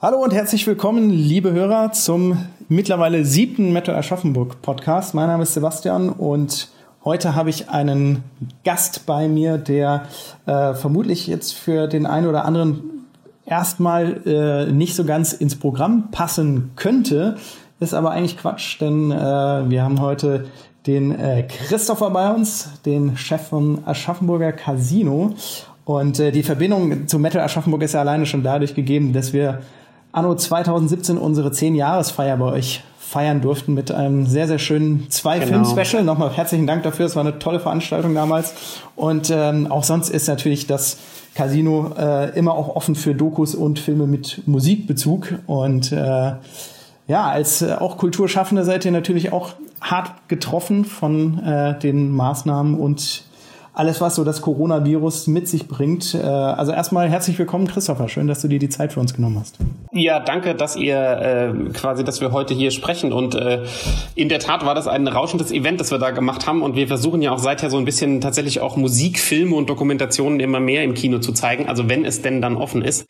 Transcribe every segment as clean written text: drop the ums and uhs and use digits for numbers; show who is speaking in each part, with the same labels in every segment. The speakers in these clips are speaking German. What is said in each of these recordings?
Speaker 1: Hallo und herzlich willkommen, liebe Hörer, zum mittlerweile 7. Metal Aschaffenburg Podcast. Mein Name ist Sebastian und heute habe ich einen Gast bei mir, der vermutlich jetzt für den einen oder anderen erstmal nicht so ganz ins Programm passen könnte. Ist aber eigentlich Quatsch, denn wir haben heute den Christopher bei uns, den Chef vom Aschaffenburger Casino. Und die Verbindung zu Metal Aschaffenburg ist ja alleine schon dadurch gegeben, dass wir anno 2017 unsere 10-Jahres-Feier bei euch feiern durften mit einem sehr, sehr schönen 2-Film-Special. Nochmal herzlichen Dank dafür. Es war eine tolle Veranstaltung damals. Und auch sonst ist natürlich das Casino immer auch offen für Dokus und Filme mit Musikbezug. Und als auch Kulturschaffende seid ihr natürlich auch hart getroffen von den Maßnahmen und alles, was so das Coronavirus mit sich bringt. Also erstmal herzlich willkommen, Christopher. Schön, dass du dir die Zeit für uns genommen hast.
Speaker 2: Ja, danke, dass ihr dass wir heute hier sprechen. Und in der Tat war das ein rauschendes Event, das wir da gemacht haben. Und wir versuchen ja auch seither so ein bisschen tatsächlich auch Musik, Filme und Dokumentationen immer mehr im Kino zu zeigen. Also wenn es denn dann offen ist.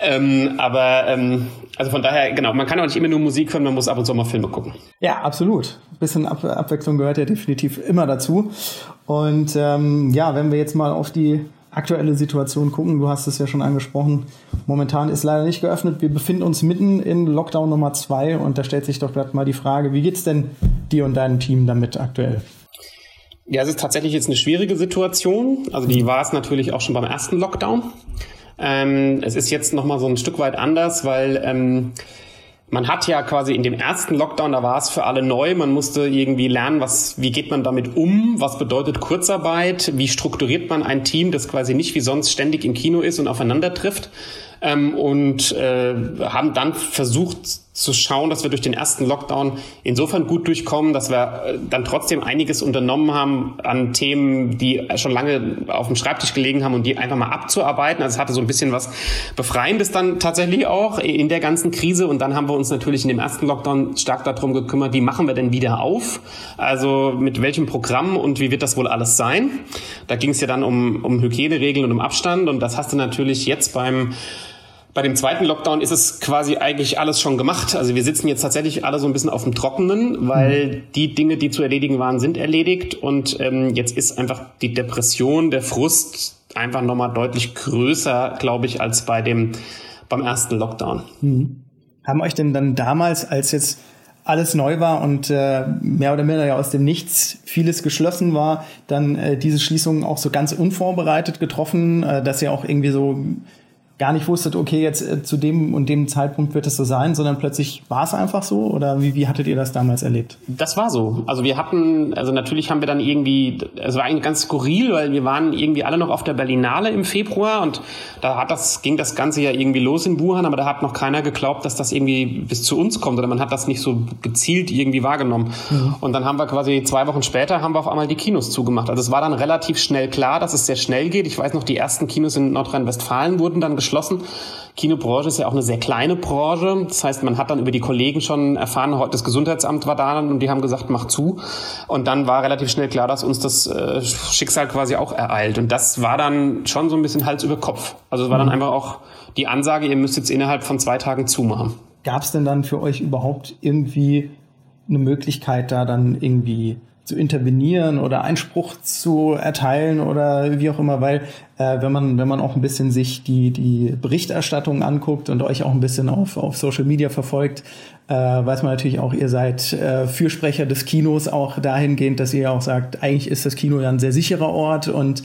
Speaker 2: Also von daher, genau, man kann auch nicht immer nur Musik hören, man muss ab und zu mal Filme gucken.
Speaker 1: Ja, absolut. Ein bisschen Abwechslung gehört ja definitiv immer dazu. Und wenn wir jetzt mal auf die aktuelle Situation gucken, du hast es ja schon angesprochen, momentan ist leider nicht geöffnet. Wir befinden uns mitten in Lockdown Nummer 2 und da stellt sich doch gerade mal die Frage, wie geht's denn dir und deinem Team damit aktuell?
Speaker 2: Ja, es ist tatsächlich jetzt eine schwierige Situation. Also die war es natürlich auch schon beim ersten Lockdown. Es ist jetzt nochmal so ein Stück weit anders, weil man hat ja quasi in dem ersten Lockdown, da war es für alle neu, man musste irgendwie lernen, wie geht man damit um, was bedeutet Kurzarbeit, wie strukturiert man ein Team, das quasi nicht wie sonst ständig im Kino ist und aufeinander trifft. Und haben dann versucht zu schauen, dass wir durch den ersten Lockdown insofern gut durchkommen, dass wir dann trotzdem einiges unternommen haben an Themen, die schon lange auf dem Schreibtisch gelegen haben und die einfach mal abzuarbeiten. Also es hatte so ein bisschen was Befreiendes dann tatsächlich auch in der ganzen Krise. Und dann haben wir uns natürlich in dem ersten Lockdown stark darum gekümmert, wie machen wir denn wieder auf? Also mit welchem Programm und wie wird das wohl alles sein? Da ging es ja dann um Hygieneregeln und um Abstand. Und das hast du natürlich jetzt bei dem zweiten Lockdown ist es quasi eigentlich alles schon gemacht. Also wir sitzen jetzt tatsächlich alle so ein bisschen auf dem Trockenen, weil die Dinge, die zu erledigen waren, sind erledigt. Und jetzt ist einfach die Depression, der Frust einfach nochmal deutlich größer, glaube ich, als beim ersten Lockdown.
Speaker 1: Haben euch denn dann damals, als jetzt alles neu war und mehr oder minder ja aus dem Nichts vieles geschlossen war, dann diese Schließungen auch so ganz unvorbereitet getroffen, dass ihr auch irgendwie so gar nicht wusstet, okay, jetzt zu dem und dem Zeitpunkt wird es so sein, sondern plötzlich war es einfach so? Oder wie hattet ihr das damals erlebt?
Speaker 2: Das war so. Also natürlich haben wir dann irgendwie, es war eigentlich ganz skurril, weil wir waren irgendwie alle noch auf der Berlinale im Februar und ging das Ganze ja irgendwie los in Wuhan, aber da hat noch keiner geglaubt, dass das irgendwie bis zu uns kommt oder man hat das nicht so gezielt irgendwie wahrgenommen. Und dann haben wir quasi 2 Wochen später auf einmal die Kinos zugemacht. Also es war dann relativ schnell klar, dass es sehr schnell geht. Ich weiß noch, die ersten Kinos in Nordrhein-Westfalen wurden dann geschlossen. Kinobranche ist ja auch eine sehr kleine Branche. Das heißt, man hat dann über die Kollegen schon erfahren, das Gesundheitsamt war da und die haben gesagt, mach zu. Und dann war relativ schnell klar, dass uns das Schicksal quasi auch ereilt. Und das war dann schon so ein bisschen Hals über Kopf. Also es war dann einfach auch die Ansage, ihr müsst jetzt innerhalb von 2 Tagen zumachen.
Speaker 1: Gab es denn dann für euch überhaupt irgendwie eine Möglichkeit, da dann irgendwie zu intervenieren oder Einspruch zu erteilen oder wie auch immer, weil wenn man auch ein bisschen sich die Berichterstattung anguckt und euch auch ein bisschen auf Social Media verfolgt, weiß man natürlich auch, ihr seid Fürsprecher des Kinos auch dahingehend, dass ihr auch sagt, eigentlich ist das Kino ja ein sehr sicherer Ort und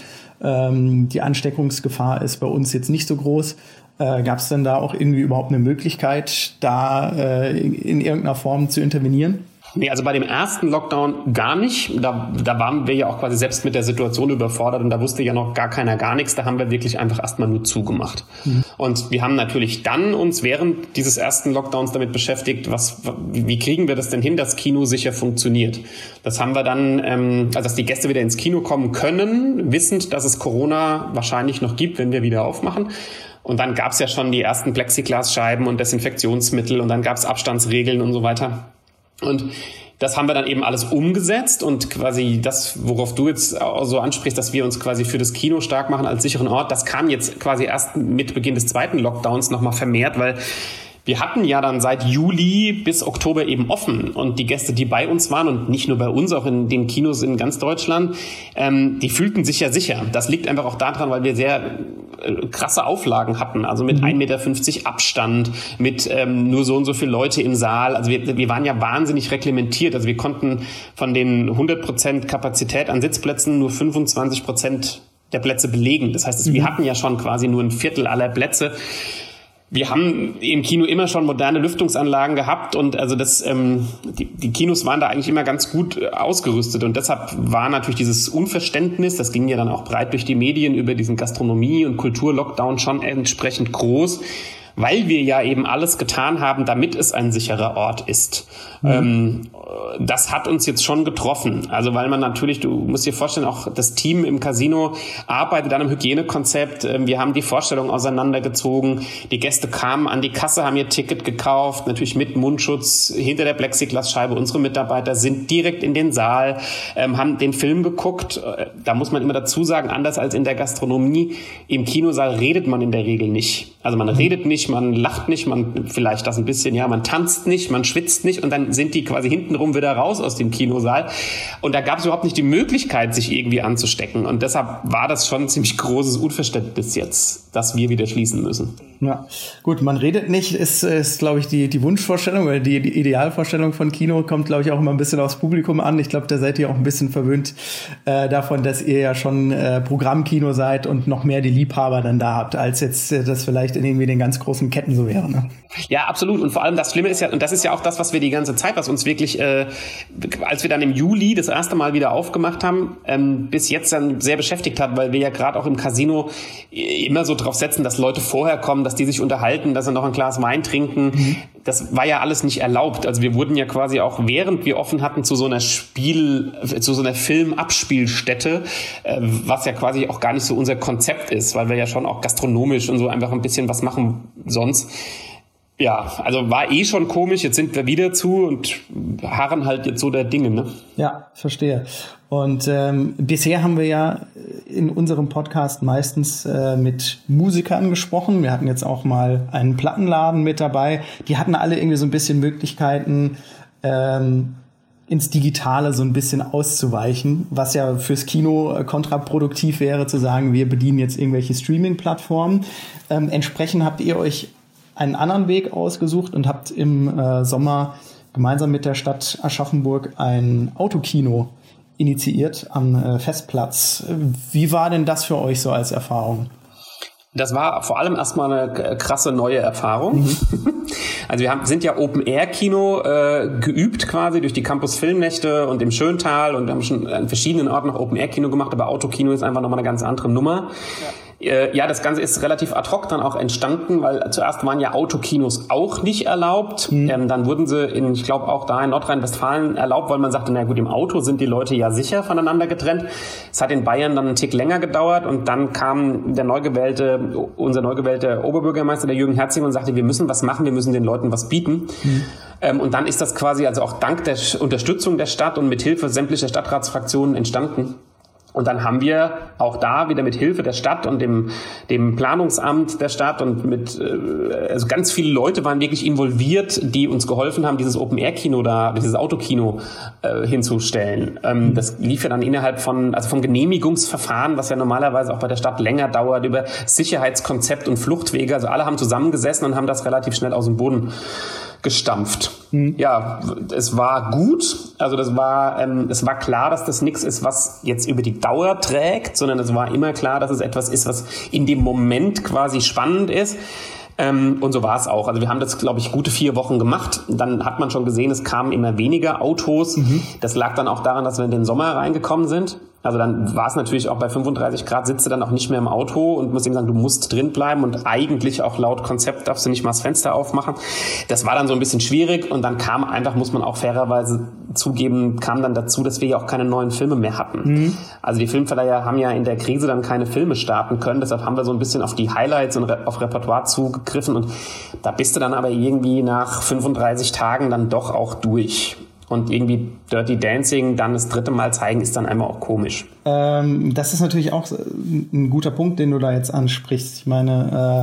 Speaker 1: die Ansteckungsgefahr ist bei uns jetzt nicht so groß. Gab es denn da auch irgendwie überhaupt eine Möglichkeit, da in irgendeiner Form zu intervenieren?
Speaker 2: Nee, also bei dem ersten Lockdown gar nicht. Da waren wir ja auch quasi selbst mit der Situation überfordert und da wusste ja noch gar keiner gar nichts. Da haben wir wirklich einfach erstmal nur zugemacht. Und wir haben natürlich dann uns während dieses ersten Lockdowns damit beschäftigt, wie kriegen wir das denn hin, dass Kino sicher funktioniert. Das haben wir dann, also dass die Gäste wieder ins Kino kommen können, wissend, dass es Corona wahrscheinlich noch gibt, wenn wir wieder aufmachen. Und dann gab es ja schon die ersten Plexiglasscheiben und Desinfektionsmittel und dann gab es Abstandsregeln und so weiter. Und das haben wir dann eben alles umgesetzt und quasi das, worauf du jetzt so ansprichst, dass wir uns quasi für das Kino stark machen als sicheren Ort, das kam jetzt quasi erst mit Beginn des zweiten Lockdowns nochmal vermehrt, weil Wir hatten ja dann seit Juli bis Oktober eben offen und die Gäste, die bei uns waren und nicht nur bei uns, auch in den Kinos in ganz Deutschland, die fühlten sich ja sicher. Das liegt einfach auch daran, weil wir sehr krasse Auflagen hatten, also mit 1,50 Meter Abstand, mit nur so und so viele Leute im Saal. Also wir waren ja wahnsinnig reglementiert. Also wir konnten von den 100% Kapazität an Sitzplätzen nur 25% der Plätze belegen. Das heißt, wir hatten ja schon quasi nur ein Viertel aller Plätze. Wir haben im Kino immer schon moderne Lüftungsanlagen gehabt und also die Kinos waren da eigentlich immer ganz gut ausgerüstet und deshalb war natürlich dieses Unverständnis, das ging ja dann auch breit durch die Medien über diesen Gastronomie- und Kultur-Lockdown schon entsprechend groß, weil wir ja eben alles getan haben, damit es ein sicherer Ort ist. Das hat uns jetzt schon getroffen. Also weil man natürlich, du musst dir vorstellen, auch das Team im Casino arbeitet an einem Hygienekonzept. Wir haben die Vorstellung auseinandergezogen. Die Gäste kamen an die Kasse, haben ihr Ticket gekauft, natürlich mit Mundschutz hinter der Plexiglasscheibe. Unsere Mitarbeiter sind direkt in den Saal, haben den Film geguckt. Da muss man immer dazu sagen, anders als in der Gastronomie, im Kinosaal redet man in der Regel nicht. Also man redet nicht, man lacht nicht, man vielleicht das ein bisschen, ja, man tanzt nicht, man schwitzt nicht und dann sind die quasi hintenrum wieder raus aus dem Kinosaal. Und da gab es überhaupt nicht die Möglichkeit, sich irgendwie anzustecken. Und deshalb war das schon ein ziemlich großes Unverständnis jetzt, dass wir wieder schließen müssen.
Speaker 1: Ja, gut, man redet nicht, ist glaube ich, die Wunschvorstellung oder die Idealvorstellung von Kino kommt, glaube ich, auch immer ein bisschen aufs Publikum an. Ich glaube, da seid ihr auch ein bisschen verwöhnt davon, dass ihr ja schon Programmkino seid und noch mehr die Liebhaber dann da habt, als jetzt das vielleicht in irgendwie den ganz großen Ketten so wäre. Ne?
Speaker 2: Ja, absolut. Und vor allem das Schlimme ist ja, und das ist ja auch das, was wir die ganze Zeit, was uns wirklich, als wir dann im Juli das erste Mal wieder aufgemacht haben, bis jetzt dann sehr beschäftigt hat, weil wir ja gerade auch im Casino immer so drauf setzen, dass Leute vorher kommen, dass die sich unterhalten, dass sie noch ein Glas Wein trinken. Das war ja alles nicht erlaubt. Also wir wurden ja quasi auch, während wir offen hatten, zu so einer Film-Abspielstätte, was ja quasi auch gar nicht so unser Konzept ist, weil wir ja schon auch gastronomisch und so einfach ein bisschen was machen sonst. Ja, also war schon komisch, jetzt sind wir wieder zu und harren halt jetzt so der Dinge, ne?
Speaker 1: Ja, verstehe. Und bisher haben wir ja in unserem Podcast meistens mit Musikern gesprochen. Wir hatten jetzt auch mal einen Plattenladen mit dabei. Die hatten alle irgendwie so ein bisschen Möglichkeiten, ins Digitale so ein bisschen auszuweichen, was ja fürs Kino kontraproduktiv wäre, zu sagen, wir bedienen jetzt irgendwelche Streaming-Plattformen. Entsprechend habt ihr euch einen anderen Weg ausgesucht und habt im Sommer gemeinsam mit der Stadt Aschaffenburg ein Autokino initiiert am Festplatz. Wie war denn das für euch so als Erfahrung?
Speaker 2: Das war vor allem erstmal eine krasse neue Erfahrung. Also wir sind ja Open-Air-Kino geübt quasi durch die Campus-Filmnächte und im Schöntal und wir haben schon an verschiedenen Orten noch Open-Air-Kino gemacht, aber Autokino ist einfach nochmal eine ganz andere Nummer. Ja, das Ganze ist relativ ad hoc dann auch entstanden, weil zuerst waren ja Autokinos auch nicht erlaubt. Dann wurden sie ich glaube auch da in Nordrhein-Westfalen erlaubt, weil man sagte, na gut, im Auto sind die Leute ja sicher voneinander getrennt. Es hat in Bayern dann einen Tick länger gedauert und dann kam unser neu gewählter Oberbürgermeister, der Jürgen Herzing, und sagte, wir müssen was machen, wir müssen den Leuten was bieten. Und dann ist das quasi also auch dank der Unterstützung der Stadt und mit Hilfe sämtlicher Stadtratsfraktionen entstanden. Und dann haben wir auch da wieder mit Hilfe der Stadt und dem Planungsamt der Stadt und also ganz viele Leute waren wirklich involviert, die uns geholfen haben, dieses Open-Air-Kino dieses Autokino hinzustellen. Das lief ja dann innerhalb von Genehmigungsverfahren, was ja normalerweise auch bei der Stadt länger dauert, über Sicherheitskonzept und Fluchtwege. Also alle haben zusammengesessen und haben das relativ schnell aus dem Boden gestampft. Ja, es war gut. Also es war klar, dass das nichts ist, was jetzt über die Dauer trägt, sondern es war immer klar, dass es etwas ist, was in dem Moment quasi spannend ist. Und so war es auch. Also wir haben das, glaube ich, gute 4 Wochen gemacht. Dann hat man schon gesehen, es kamen immer weniger Autos. Das lag dann auch daran, dass wir in den Sommer reingekommen sind. Also dann war es natürlich auch bei 35 Grad, sitzt du dann auch nicht mehr im Auto und musst ihm sagen, du musst drin bleiben und eigentlich auch laut Konzept darfst du nicht mal das Fenster aufmachen. Das war dann so ein bisschen schwierig und dann kam einfach, muss man auch fairerweise zugeben, kam dann dazu, dass wir ja auch keine neuen Filme mehr hatten. Also die Filmverleiher haben ja in der Krise dann keine Filme starten können, deshalb haben wir so ein bisschen auf die Highlights und auf Repertoire zugegriffen und da bist du dann aber irgendwie nach 35 Tagen dann doch auch durch. Und irgendwie Dirty Dancing dann das 3. Mal zeigen, ist dann einmal auch komisch.
Speaker 1: Das ist natürlich auch ein guter Punkt, den du da jetzt ansprichst. Ich meine,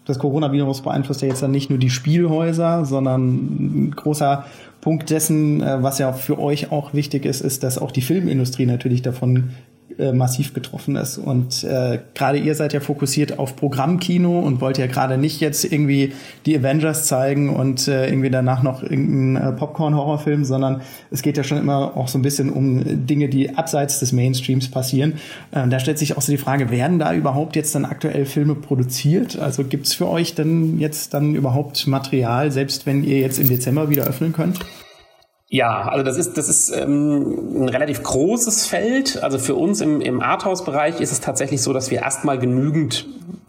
Speaker 1: das Coronavirus beeinflusst ja jetzt dann nicht nur die Spielhäuser, sondern ein großer Punkt dessen, was ja für euch auch wichtig ist, dass auch die Filmindustrie natürlich davon massiv getroffen ist. Und gerade ihr seid ja fokussiert auf Programmkino und wollt ja gerade nicht jetzt irgendwie die Avengers zeigen und irgendwie danach noch irgendeinen Popcorn-Horrorfilm, sondern es geht ja schon immer auch so ein bisschen um Dinge, die abseits des Mainstreams passieren. Da stellt sich auch so die Frage, werden da überhaupt jetzt dann aktuell Filme produziert? Also gibt's für euch denn jetzt dann überhaupt Material, selbst wenn ihr jetzt im Dezember wieder öffnen könnt?
Speaker 2: Ja, also das ist ein relativ großes Feld. Also für uns im Arthouse-Bereich ist es tatsächlich so, dass wir erstmal genügend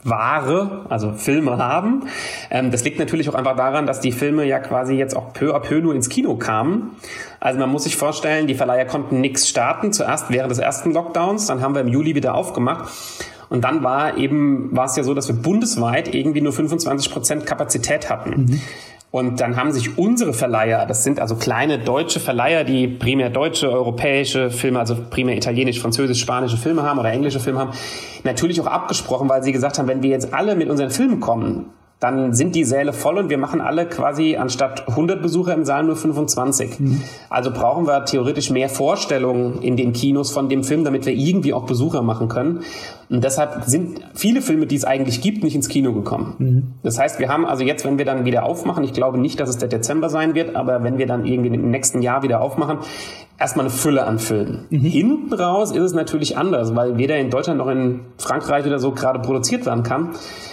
Speaker 2: Ware, also Filme haben. Das liegt natürlich auch einfach daran, dass die Filme ja quasi jetzt auch peu à peu nur ins Kino kamen. Also man muss sich vorstellen, die Verleiher konnten nichts starten. Zuerst während des ersten Lockdowns, dann haben wir im Juli wieder aufgemacht. Und dann war es ja so, dass wir bundesweit irgendwie nur 25% Kapazität hatten. Mhm. Und dann haben sich unsere Verleiher, das sind also kleine deutsche Verleiher, die primär deutsche, europäische Filme, also primär italienisch, französisch, spanische Filme haben oder englische Filme haben, natürlich auch abgesprochen, weil sie gesagt haben, wenn wir jetzt alle mit unseren Filmen kommen, dann sind die Säle voll und wir machen alle quasi anstatt 100 Besucher im Saal nur 25. Mhm. Also brauchen wir theoretisch mehr Vorstellungen in den Kinos von dem Film, damit wir irgendwie auch Besucher machen können. Und deshalb sind viele Filme, die es eigentlich gibt, nicht ins Kino gekommen. Mhm. Das heißt, wir haben also jetzt, wenn wir dann wieder aufmachen, ich glaube nicht, dass es der Dezember sein wird, aber wenn wir dann irgendwie im nächsten Jahr wieder aufmachen, erstmal eine Fülle an Filmen. Mhm. Hinten raus ist es natürlich anders, weil weder in Deutschland noch in Frankreich oder so gerade produziert werden kann.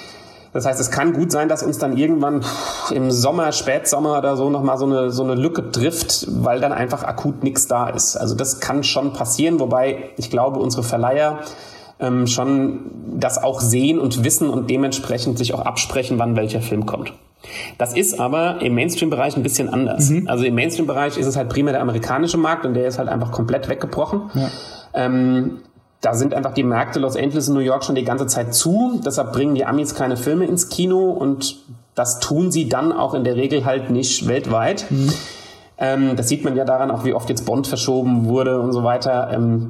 Speaker 2: Das heißt, es kann gut sein, dass uns dann irgendwann im Sommer, Spätsommer oder so nochmal so eine Lücke trifft, weil dann einfach akut nichts da ist. Also das kann schon passieren, wobei ich glaube, unsere Verleiher schon das auch sehen und wissen und dementsprechend sich auch absprechen, wann welcher Film kommt. Das ist aber im Mainstream-Bereich ein bisschen anders. Mhm. Also im Mainstream-Bereich ist es halt primär der amerikanische Markt und der ist halt einfach komplett weggebrochen. Ja. Da sind einfach die Märkte Los Angeles und New York schon die ganze Zeit zu. Deshalb bringen die Amis keine Filme ins Kino und das tun sie dann auch in der Regel halt nicht weltweit. Mhm. Das sieht man ja daran auch, wie oft jetzt Bond verschoben wurde und so weiter.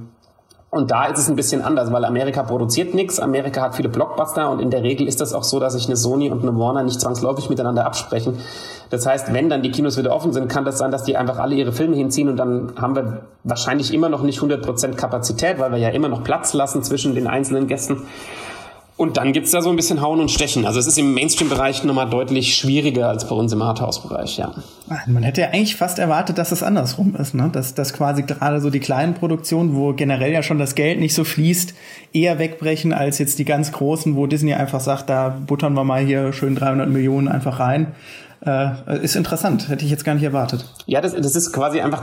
Speaker 2: Und da ist es ein bisschen anders, weil Amerika produziert nichts. Amerika hat viele Blockbuster und in der Regel ist das auch so, dass sich eine Sony und eine Warner nicht zwangsläufig miteinander absprechen. Das heißt, wenn dann die Kinos wieder offen sind, kann das sein, dass die einfach alle ihre Filme hinziehen und dann haben wir wahrscheinlich immer noch nicht 100% Kapazität, weil wir ja immer noch Platz lassen zwischen den einzelnen Gästen. Und dann gibt's da so ein bisschen Hauen und Stechen. Also es ist im Mainstream-Bereich nochmal deutlich schwieriger als bei uns im Arthouse-Bereich, ja.
Speaker 1: Man hätte ja eigentlich fast erwartet, dass es andersrum ist, ne? Dass quasi gerade so die kleinen Produktionen, wo generell ja schon das Geld nicht so fließt, eher wegbrechen als jetzt die ganz großen, wo Disney einfach sagt, da buttern wir mal hier schön 300 Millionen einfach rein. Ist interessant, hätte ich jetzt gar nicht erwartet.
Speaker 2: Ja, das ist quasi einfach,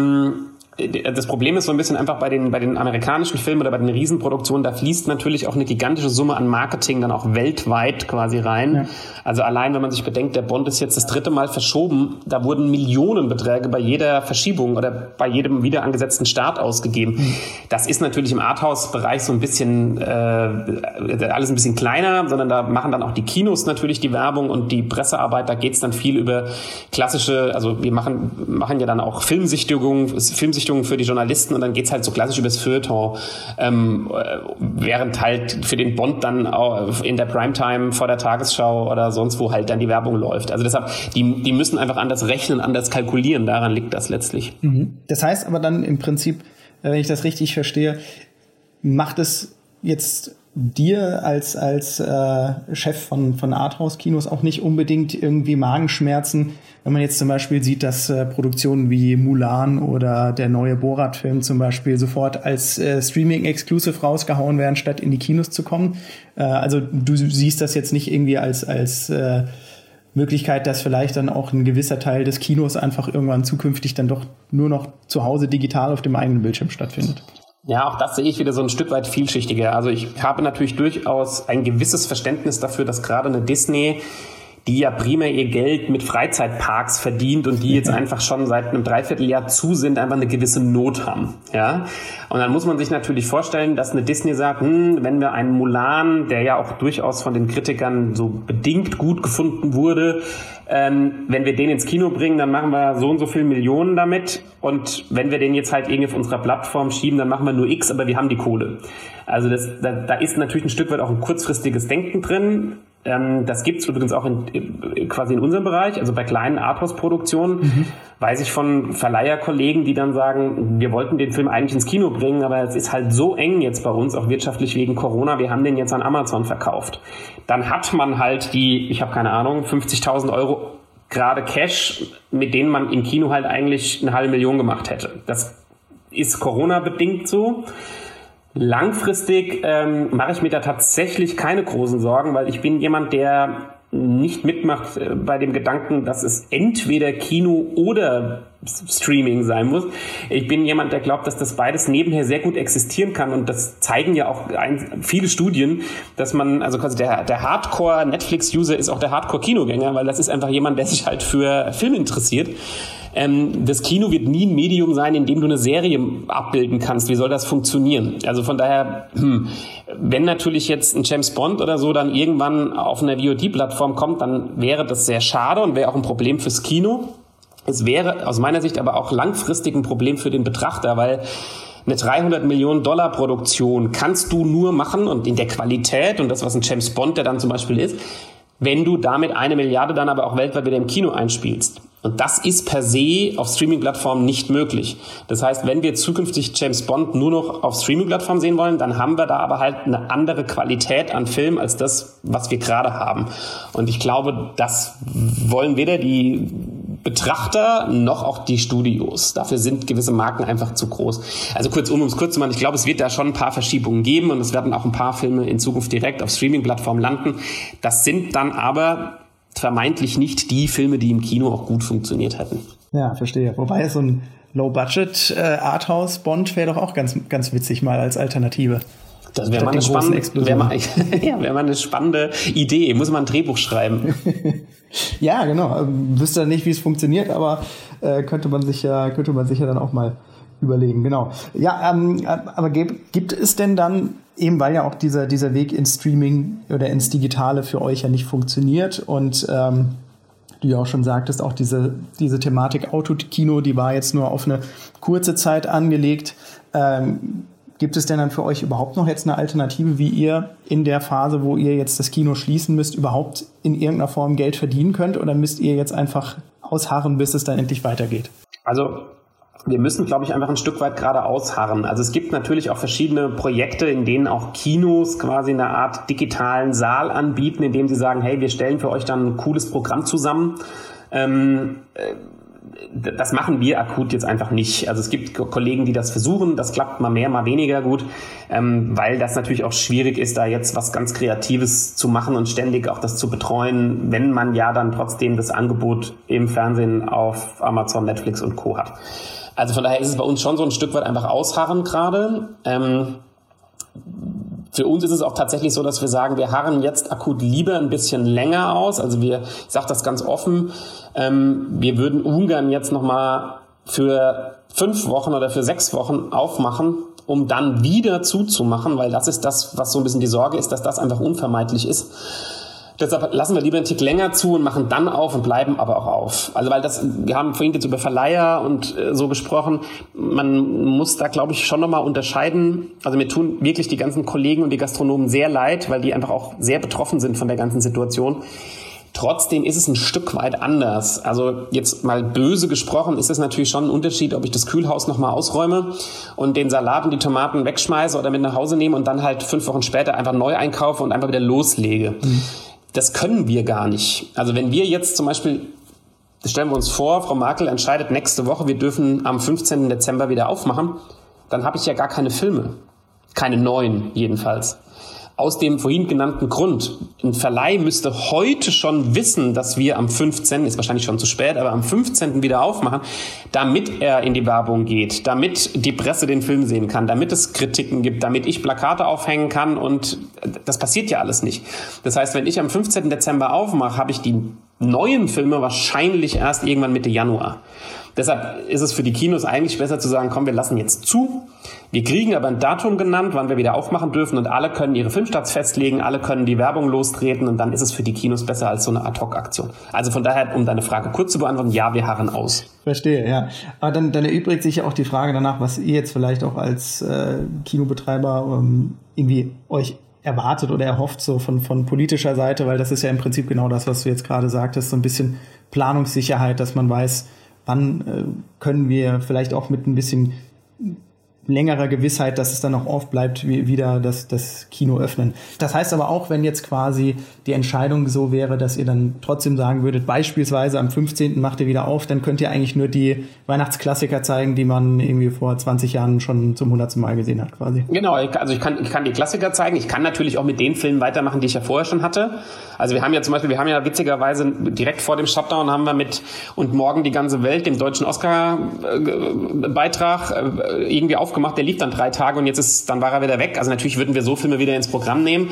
Speaker 2: das Problem ist so ein bisschen einfach bei den amerikanischen Filmen oder bei den Riesenproduktionen, da fließt natürlich auch eine gigantische Summe an Marketing dann auch weltweit quasi rein. Ja. Also allein, wenn man sich bedenkt, der Bond ist jetzt das 3. Mal verschoben, da wurden Millionenbeträge bei jeder Verschiebung oder bei jedem wieder angesetzten Start ausgegeben. Mhm. Das ist natürlich im Arthouse-Bereich so ein bisschen alles ein bisschen kleiner, sondern da machen dann auch die Kinos natürlich die Werbung und die Pressearbeit, da geht's dann viel über klassische, also wir machen ja dann auch Filmsichtigungen für die Journalisten und dann geht's halt so klassisch übers Feuilleton, während halt für den Bond dann auch in der Primetime vor der Tagesschau oder sonst wo halt dann die Werbung läuft. Also deshalb, die müssen einfach anders rechnen, anders kalkulieren, daran liegt das letztlich.
Speaker 1: Mhm. Das heißt aber dann im Prinzip, wenn ich das richtig verstehe, macht es jetzt dir als Chef von Arthouse-Kinos auch nicht unbedingt irgendwie Magenschmerzen, wenn man jetzt zum Beispiel sieht, dass Produktionen wie Mulan oder der neue Borat-Film zum Beispiel sofort als Streaming-Exclusive rausgehauen werden, statt in die Kinos zu kommen. Also du siehst das jetzt nicht irgendwie als Möglichkeit, dass vielleicht dann auch ein gewisser Teil des Kinos einfach irgendwann zukünftig dann doch nur noch zu Hause digital auf dem eigenen Bildschirm stattfindet.
Speaker 2: Ja, auch das sehe ich wieder so ein Stück weit vielschichtiger. Also ich habe natürlich durchaus ein gewisses Verständnis dafür, dass gerade eine Disney, die ja primär ihr Geld mit Freizeitparks verdient und die jetzt einfach schon seit einem Dreivierteljahr zu sind, einfach eine gewisse Not haben. Ja? Und dann muss man sich natürlich vorstellen, dass eine Disney sagt, wenn wir einen Mulan, der ja auch durchaus von den Kritikern so bedingt gut gefunden wurde, wenn wir den ins Kino bringen, dann machen wir so und so viel Millionen damit. Und wenn wir den jetzt halt irgendwie auf unserer Plattform schieben, dann machen wir nur X, aber wir haben die Kohle. Also da ist natürlich ein Stück weit auch ein kurzfristiges Denken drin. Das gibt es übrigens auch quasi in unserem Bereich, also bei kleinen Arthouse-Produktionen. Weiß ich von Verleiherkollegen, die dann sagen, wir wollten den Film eigentlich ins Kino bringen, aber es ist halt so eng jetzt bei uns, auch wirtschaftlich wegen Corona, wir haben den jetzt an Amazon verkauft. Dann hat man halt ich habe keine Ahnung, 50.000 Euro gerade Cash, mit denen man im Kino halt eigentlich 500.000 gemacht hätte. Das ist Corona-bedingt so. Langfristig mache ich mir da tatsächlich keine großen Sorgen, weil ich bin jemand, der nicht mitmacht bei dem Gedanken, dass es entweder Kino oder Streaming sein muss. Ich bin jemand, der glaubt, dass das beides nebenher sehr gut existieren kann, und das zeigen ja auch viele Studien, dass man, also quasi der Hardcore-Netflix-User ist auch der Hardcore-Kinogänger, weil das ist einfach jemand, der sich halt für Film interessiert. Das Kino wird nie ein Medium sein, in dem du eine Serie abbilden kannst. Wie soll das funktionieren? Also von daher, wenn natürlich jetzt ein James Bond oder so dann irgendwann auf einer VOD-Plattform kommt, dann wäre das sehr schade und wäre auch ein Problem fürs Kino. Es wäre aus meiner Sicht aber auch langfristig ein Problem für den Betrachter, weil eine $300 Millionen Produktion kannst du nur machen, und in der Qualität und das, was ein James Bond, der dann zum Beispiel ist, wenn du damit 1 Milliarde dann aber auch weltweit wieder im Kino einspielst. Und das ist per se auf Streaming-Plattformen nicht möglich. Das heißt, wenn wir zukünftig James Bond nur noch auf Streaming-Plattformen sehen wollen, dann haben wir da aber halt eine andere Qualität an Film als das, was wir gerade haben. Und ich glaube, das wollen weder die Betrachter noch auch die Studios. Dafür sind gewisse Marken einfach zu groß. Also kurzum, um es kurz zu machen, ich glaube, es wird da schon ein paar Verschiebungen geben, und es werden auch ein paar Filme in Zukunft direkt auf Streaming-Plattformen landen. Das sind dann aber vermeintlich nicht die Filme, die im Kino auch gut funktioniert hätten.
Speaker 1: Ja, verstehe. Wobei so ein Low-Budget Arthouse-Bond wäre doch auch ganz, ganz witzig mal als Alternative.
Speaker 2: Das wäre mal eine spannende Idee. Muss man ein Drehbuch schreiben.
Speaker 1: Ja, genau. Wüsste nicht, wie es funktioniert, aber könnte man sich ja dann auch mal überlegen. Genau. Ja, aber gibt es denn dann, eben weil ja auch dieser Weg ins Streaming oder ins Digitale für euch ja nicht funktioniert, und du ja auch schon sagtest, auch diese Thematik Autokino, die war jetzt nur auf eine kurze Zeit angelegt. Gibt es denn dann für euch überhaupt noch jetzt eine Alternative, wie ihr in der Phase, wo ihr jetzt das Kino schließen müsst, überhaupt in irgendeiner Form Geld verdienen könnt, oder müsst ihr jetzt einfach ausharren, bis es dann endlich weitergeht?
Speaker 2: Also wir müssen, glaube ich, einfach ein Stück weit gerade ausharren. Also es gibt natürlich auch verschiedene Projekte, in denen auch Kinos quasi eine Art digitalen Saal anbieten, in dem sie sagen, hey, wir stellen für euch dann ein cooles Programm zusammen. Das machen wir akut jetzt einfach nicht. Also es gibt Kollegen, die das versuchen, das klappt mal mehr, mal weniger gut, weil das natürlich auch schwierig ist, da jetzt was ganz Kreatives zu machen und ständig auch das zu betreuen, wenn man ja dann trotzdem das Angebot im Fernsehen auf Amazon, Netflix und Co. hat. Also von daher ist es bei uns schon so ein Stück weit einfach ausharren gerade. Für uns ist es auch tatsächlich so, dass wir sagen, wir harren jetzt akut lieber ein bisschen länger aus. Also ich sage das ganz offen, wir würden ungern jetzt nochmal für 5 Wochen oder für 6 Wochen aufmachen, um dann wieder zuzumachen, weil das ist das, was so ein bisschen die Sorge ist, dass das einfach unvermeidlich ist. Deshalb lassen wir lieber einen Tick länger zu und machen dann auf und bleiben aber auch auf. Also wir haben vorhin jetzt über Verleiher und so gesprochen. Man muss da, glaube ich, schon nochmal unterscheiden. Also mir tun wirklich die ganzen Kollegen und die Gastronomen sehr leid, weil die einfach auch sehr betroffen sind von der ganzen Situation. Trotzdem ist es ein Stück weit anders. Also jetzt mal böse gesprochen ist es natürlich schon ein Unterschied, ob ich das Kühlhaus nochmal ausräume und den Salat und die Tomaten wegschmeiße oder mit nach Hause nehme und dann halt 5 Wochen später einfach neu einkaufe und einfach wieder loslege. Das können wir gar nicht. Also wenn wir jetzt zum Beispiel, stellen wir uns vor, Frau Merkel entscheidet nächste Woche, wir dürfen am 15. Dezember wieder aufmachen, dann habe ich ja gar keine Filme. Keine neuen jedenfalls. Aus dem vorhin genannten Grund. Ein Verleih müsste heute schon wissen, dass wir am 15., ist wahrscheinlich schon zu spät, aber am 15. wieder aufmachen, damit er in die Werbung geht, damit die Presse den Film sehen kann, damit es Kritiken gibt, damit ich Plakate aufhängen kann, und das passiert ja alles nicht. Das heißt, wenn ich am 15. Dezember aufmache, habe ich die neuen Filme wahrscheinlich erst irgendwann Mitte Januar. Deshalb ist es für die Kinos eigentlich besser zu sagen, komm, wir lassen jetzt zu. Wir kriegen aber ein Datum genannt, wann wir wieder aufmachen dürfen, und alle können ihre Filmstarts festlegen, alle können die Werbung lostreten, und dann ist es für die Kinos besser als so eine Ad-Hoc-Aktion. Also von daher, um deine Frage kurz zu beantworten, ja, wir harren aus.
Speaker 1: Verstehe, ja. Aber dann erübrigt sich ja auch die Frage danach, was ihr jetzt vielleicht auch als Kinobetreiber irgendwie euch erwartet oder erhofft, so von politischer Seite, weil das ist ja im Prinzip genau das, was du jetzt gerade sagtest, so ein bisschen Planungssicherheit, dass man weiß, wann können wir vielleicht auch mit ein bisschen längerer Gewissheit, dass es dann noch aufbleibt, wieder das Kino öffnen. Das heißt aber auch, wenn jetzt quasi die Entscheidung so wäre, dass ihr dann trotzdem sagen würdet, beispielsweise am 15. macht ihr wieder auf, dann könnt ihr eigentlich nur die Weihnachtsklassiker zeigen, die man irgendwie vor 20 Jahren schon zum 100. Mal gesehen hat quasi.
Speaker 2: Genau, also ich kann die Klassiker zeigen. Ich kann natürlich auch mit den Filmen weitermachen, die ich ja vorher schon hatte. Also wir haben ja witzigerweise direkt vor dem Shutdown haben wir mit Und morgen die ganze Welt, dem deutschen Oscar-Beitrag, irgendwie aufgemacht. Der lief dann 3 Tage und dann war er wieder weg. Also natürlich würden wir so Filme wieder ins Programm nehmen.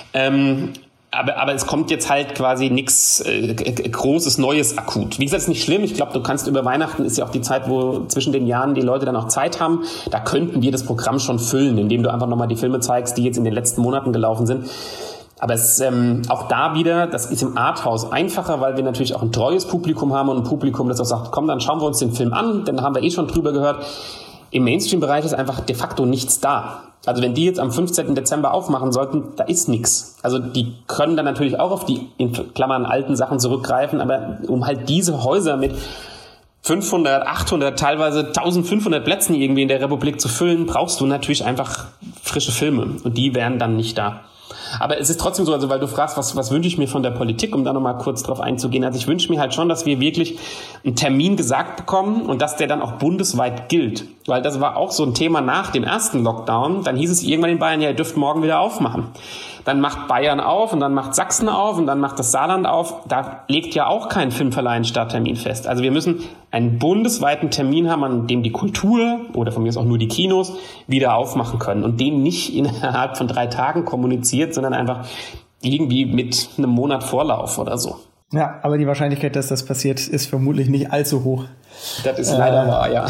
Speaker 2: Aber es kommt jetzt halt quasi nichts Großes, Neues akut. Wie gesagt, ist nicht schlimm. Ich glaube, du kannst über Weihnachten, ist ja auch die Zeit, wo zwischen den Jahren die Leute dann auch Zeit haben. Da könnten wir das Programm schon füllen, indem du einfach nochmal die Filme zeigst, die jetzt in den letzten Monaten gelaufen sind. Aber es auch da wieder, das ist im Arthouse einfacher, weil wir natürlich auch ein treues Publikum haben und ein Publikum, das auch sagt, komm, dann schauen wir uns den Film an, dann haben wir schon drüber gehört. Im Mainstream-Bereich ist einfach de facto nichts da. Also wenn die jetzt am 15. Dezember aufmachen sollten, da ist nichts. Also die können dann natürlich auch auf die, in Klammern, alten Sachen zurückgreifen, aber um halt diese Häuser mit 500, 800, teilweise 1500 Plätzen irgendwie in der Republik zu füllen, brauchst du natürlich einfach frische Filme und die wären dann nicht da. Aber es ist trotzdem so, also weil du fragst, was wünsche ich mir von der Politik, um da nochmal kurz drauf einzugehen. Also ich wünsche mir halt schon, dass wir wirklich einen Termin gesagt bekommen und dass der dann auch bundesweit gilt. Weil das war auch so ein Thema nach dem ersten Lockdown. Dann hieß es irgendwann in Bayern, ja, ihr dürft morgen wieder aufmachen. Dann macht Bayern auf und dann macht Sachsen auf und dann macht das Saarland auf. Da legt ja auch kein Filmverleih einen Starttermin fest. Also wir müssen einen bundesweiten Termin haben, an dem die Kultur oder von mir aus auch nur die Kinos wieder aufmachen können und den nicht innerhalb von 3 Tagen kommuniziert, sondern einfach irgendwie mit einem Monat Vorlauf oder so.
Speaker 1: Ja, aber die Wahrscheinlichkeit, dass das passiert, ist vermutlich nicht allzu hoch.
Speaker 2: Das ist leider wahr, ja.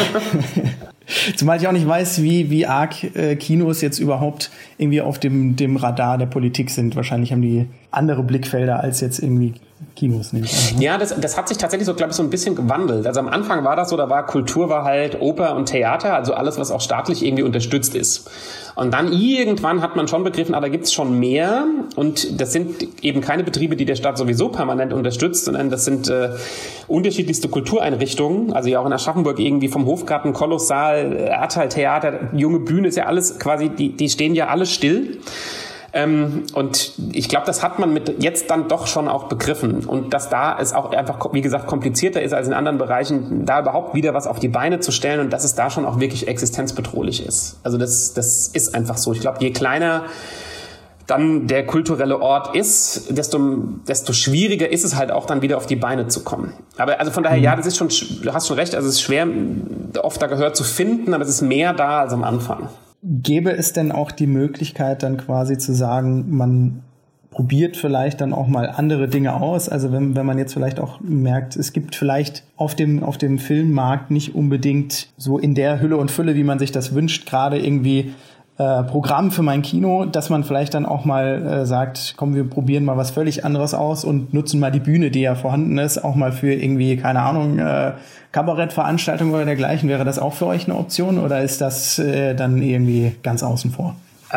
Speaker 1: Zumal ich auch nicht weiß, wie arg Kinos jetzt überhaupt irgendwie auf dem Radar der Politik sind. Wahrscheinlich haben die andere Blickfelder als jetzt irgendwie Kinos.
Speaker 2: Ja, das hat sich tatsächlich so, glaube ich, so ein bisschen gewandelt. Also am Anfang war das so, Kultur war halt Oper und Theater, also alles, was auch staatlich irgendwie unterstützt ist. Und dann irgendwann hat man schon begriffen, da gibt's schon mehr. Und das sind eben keine Betriebe, die der Staat sowieso permanent unterstützt, sondern das sind unterschiedlichste Kultureinrichtungen. Also ja auch in Aschaffenburg irgendwie vom Hofgarten, Kolossal, Ertal Theater, Junge Bühne, ist ja alles quasi, die stehen ja alle still. Und ich glaube, das hat man mit jetzt dann doch schon auch begriffen. Und dass da es auch einfach, wie gesagt, komplizierter ist als in anderen Bereichen, da überhaupt wieder was auf die Beine zu stellen und dass es da schon auch wirklich existenzbedrohlich ist. Also das ist einfach so. Ich glaube, je kleiner dann der kulturelle Ort ist, desto schwieriger ist es halt auch dann wieder auf die Beine zu kommen. Aber also von daher, ja, das ist schon, du hast schon recht, also es ist schwer, oft da Gehör zu finden, aber es ist mehr da als am Anfang.
Speaker 1: Gäbe es denn auch die Möglichkeit, dann quasi zu sagen, man probiert vielleicht dann auch mal andere Dinge aus? Also wenn man jetzt vielleicht auch merkt, es gibt vielleicht auf dem Filmmarkt nicht unbedingt so in der Hülle und Fülle, wie man sich das wünscht, gerade irgendwie Programm für mein Kino, dass man vielleicht dann auch mal sagt, komm, wir probieren mal was völlig anderes aus und nutzen mal die Bühne, die ja vorhanden ist, auch mal für irgendwie, keine Ahnung, Kabarettveranstaltungen oder dergleichen. Wäre das auch für euch eine Option oder ist das dann irgendwie ganz außen vor?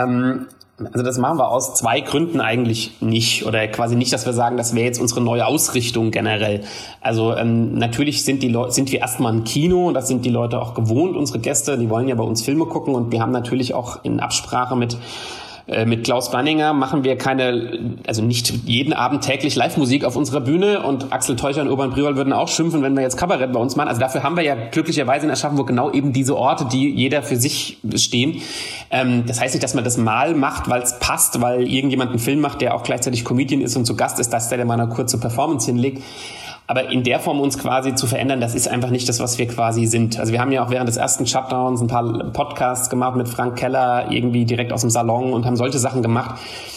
Speaker 2: Also das machen wir aus 2 Gründen eigentlich nicht oder quasi nicht, dass wir sagen, das wäre jetzt unsere neue Ausrichtung generell. Also natürlich sind wir erstmal ein Kino und das sind die Leute auch gewohnt, unsere Gäste, die wollen ja bei uns Filme gucken und wir haben natürlich auch in Absprache mit Klaus Banninger machen wir also nicht jeden Abend täglich Live-Musik auf unserer Bühne und Axel Teucher und Urban Priol würden auch schimpfen, wenn wir jetzt Kabarett bei uns machen. Also dafür haben wir ja glücklicherweise in Aschaffenburg genau eben diese Orte, die jeder für sich stehen. Das heißt nicht, dass man das mal macht, weil es passt, weil irgendjemand einen Film macht, der auch gleichzeitig Comedian ist und zu Gast ist, dass der mal eine kurze Performance hinlegt. Aber in der Form uns quasi zu verändern, das ist einfach nicht das, was wir quasi sind. Also wir haben ja auch während des ersten Shutdowns ein paar Podcasts gemacht mit Frank Keller, irgendwie direkt aus dem Salon und haben solche Sachen gemacht.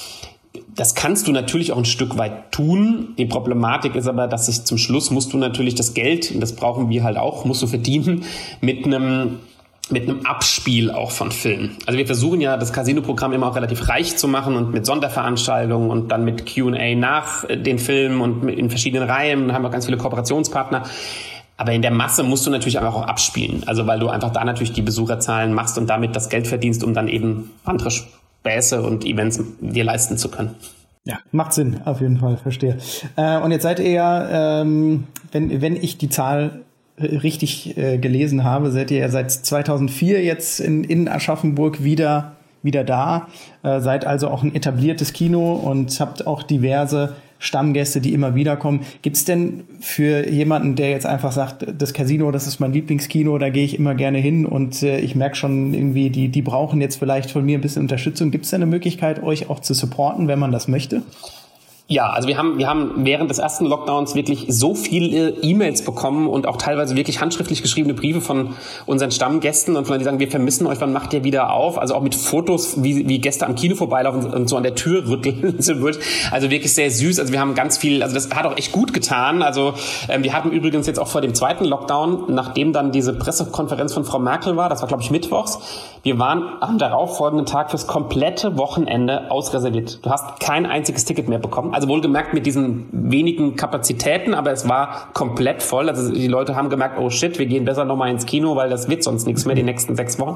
Speaker 2: Das kannst du natürlich auch ein Stück weit tun. Die Problematik ist aber, dass sich zum Schluss musst du natürlich das Geld, und das brauchen wir halt auch, musst du verdienen, mit einem Abspiel auch von Filmen. Also wir versuchen ja, das Casino-Programm immer auch relativ reich zu machen und mit Sonderveranstaltungen und dann mit Q&A nach den Filmen und in verschiedenen Reihen. Da haben wir ganz viele Kooperationspartner. Aber in der Masse musst du natürlich einfach auch abspielen. Also weil du einfach da natürlich die Besucherzahlen machst und damit das Geld verdienst, um dann eben andere Späße und Events dir leisten zu können.
Speaker 1: Ja, macht Sinn, auf jeden Fall, verstehe. Und jetzt seid ihr ja, wenn ich die Zahl richtig gelesen habe, seid ihr ja seit 2004 jetzt in Aschaffenburg wieder da, seid also auch ein etabliertes Kino und habt auch diverse Stammgäste, die immer wieder kommen. Gibt's denn für jemanden, der jetzt einfach sagt, das Casino, das ist mein Lieblingskino, da gehe ich immer gerne hin und ich merke schon irgendwie, die brauchen jetzt vielleicht von mir ein bisschen Unterstützung. Gibt's denn eine Möglichkeit, euch auch zu supporten, wenn man das möchte?
Speaker 2: Ja, also wir haben während des ersten Lockdowns wirklich so viele E-Mails bekommen und auch teilweise wirklich handschriftlich geschriebene Briefe von unseren Stammgästen und von denen, die sagen, wir vermissen euch, wann macht ihr wieder auf? Also auch mit Fotos, wie Gäste am Kino vorbeilaufen und so an der Tür rütteln. Also wirklich sehr süß. Also wir haben ganz viel, also das hat auch echt gut getan. Also wir hatten übrigens jetzt auch vor dem zweiten Lockdown, nachdem dann diese Pressekonferenz von Frau Merkel war, das war glaube ich mittwochs, wir waren am darauffolgenden Tag fürs komplette Wochenende ausreserviert. Du hast kein einziges Ticket mehr bekommen. Also wohlgemerkt mit diesen wenigen Kapazitäten, aber es war komplett voll. Also die Leute haben gemerkt, oh shit, wir gehen besser nochmal ins Kino, weil das wird sonst nichts mehr die nächsten 6 Wochen.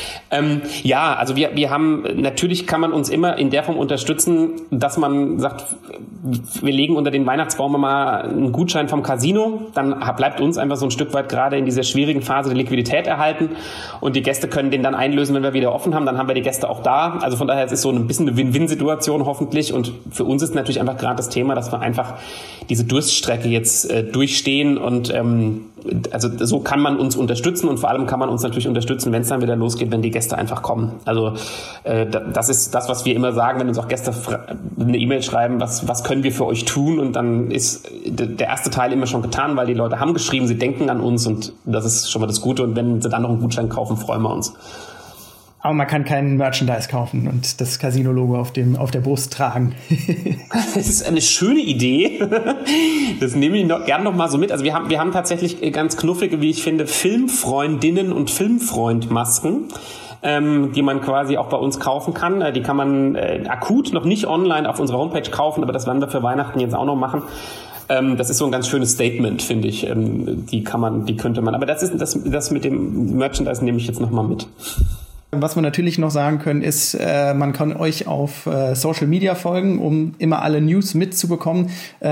Speaker 2: Ja, also wir haben, natürlich kann man uns immer in der Form unterstützen, dass man sagt, wir legen unter den Weihnachtsbaum mal einen Gutschein vom Casino, dann bleibt uns einfach so ein Stück weit gerade in dieser schwierigen Phase die Liquidität erhalten und die Gäste können den dann einlösen, wenn wir wieder offen haben, dann haben wir die Gäste auch da. Also von daher es ist so ein bisschen eine Win-Win-Situation hoffentlich und für uns ist natürlich einfach gerade das Thema, dass wir einfach diese Durststrecke jetzt durchstehen und also so kann man uns unterstützen und vor allem kann man uns natürlich unterstützen, wenn es dann wieder losgeht, wenn die Gäste einfach kommen. Also das ist das, was wir immer sagen, wenn uns auch Gäste eine E-Mail schreiben, was können wir für euch tun und dann ist der erste Teil immer schon getan, weil die Leute haben geschrieben, sie denken an uns und das ist schon mal das Gute und wenn sie dann noch einen Gutschein kaufen, freuen wir uns.
Speaker 1: Aber man kann keinen Merchandise kaufen und das Casino-Logo auf der Brust tragen.
Speaker 2: Das ist eine schöne Idee. Das nehme ich gern noch mal so mit. Also wir haben tatsächlich ganz knuffige, wie ich finde, Filmfreundinnen und Filmfreund-Masken, die man quasi auch bei uns kaufen kann. Die kann man akut noch nicht online auf unserer Homepage kaufen, aber das werden wir für Weihnachten jetzt auch noch machen. Das ist so ein ganz schönes Statement, finde ich. Die könnte man. Aber das mit dem Merchandise nehme ich jetzt noch mal mit.
Speaker 1: Was wir natürlich noch sagen können, ist, man kann euch auf Social Media folgen, um immer alle News mitzubekommen.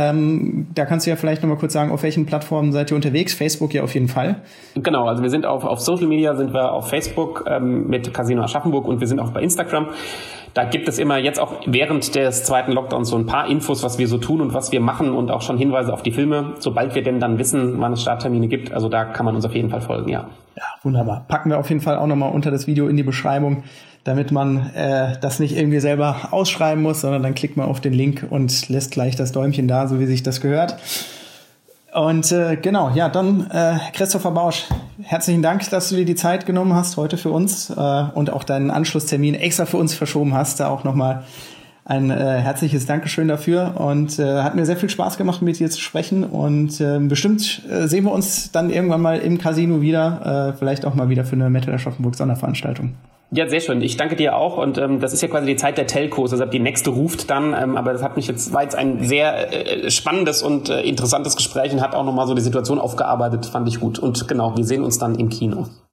Speaker 1: Da kannst du ja vielleicht noch mal kurz sagen, auf welchen Plattformen seid ihr unterwegs? Facebook ja auf jeden Fall.
Speaker 2: Genau, also wir sind auf Social Media, sind wir auf Facebook mit Casino Aschaffenburg und wir sind auch bei Instagram. Da gibt es immer jetzt auch während des zweiten Lockdowns so ein paar Infos, was wir so tun und was wir machen und auch schon Hinweise auf die Filme, sobald wir denn dann wissen, wann es Starttermine gibt. Also da kann man uns auf jeden Fall folgen, ja.
Speaker 1: Ja, wunderbar. Packen wir auf jeden Fall auch nochmal unter das Video in die Beschreibung, damit man das nicht irgendwie selber ausschreiben muss, sondern dann klickt man auf den Link und lässt gleich das Däumchen da, so wie sich das gehört. Und genau, ja, dann Christopher Bausch, herzlichen Dank, dass du dir die Zeit genommen hast heute für uns und auch deinen Anschlusstermin extra für uns verschoben hast. Da auch nochmal ein herzliches Dankeschön dafür und hat mir sehr viel Spaß gemacht, mit dir zu sprechen und bestimmt sehen wir uns dann irgendwann mal im Casino wieder, vielleicht auch mal wieder für eine Metal Aschaffenburg Sonderveranstaltung.
Speaker 2: Ja, sehr schön. Ich danke dir auch und das ist ja quasi die Zeit der Telcos, also die nächste ruft dann, aber das war jetzt ein sehr spannendes und interessantes Gespräch und hat auch nochmal so die Situation aufgearbeitet, fand ich gut. Und genau, wir sehen uns dann im Kino.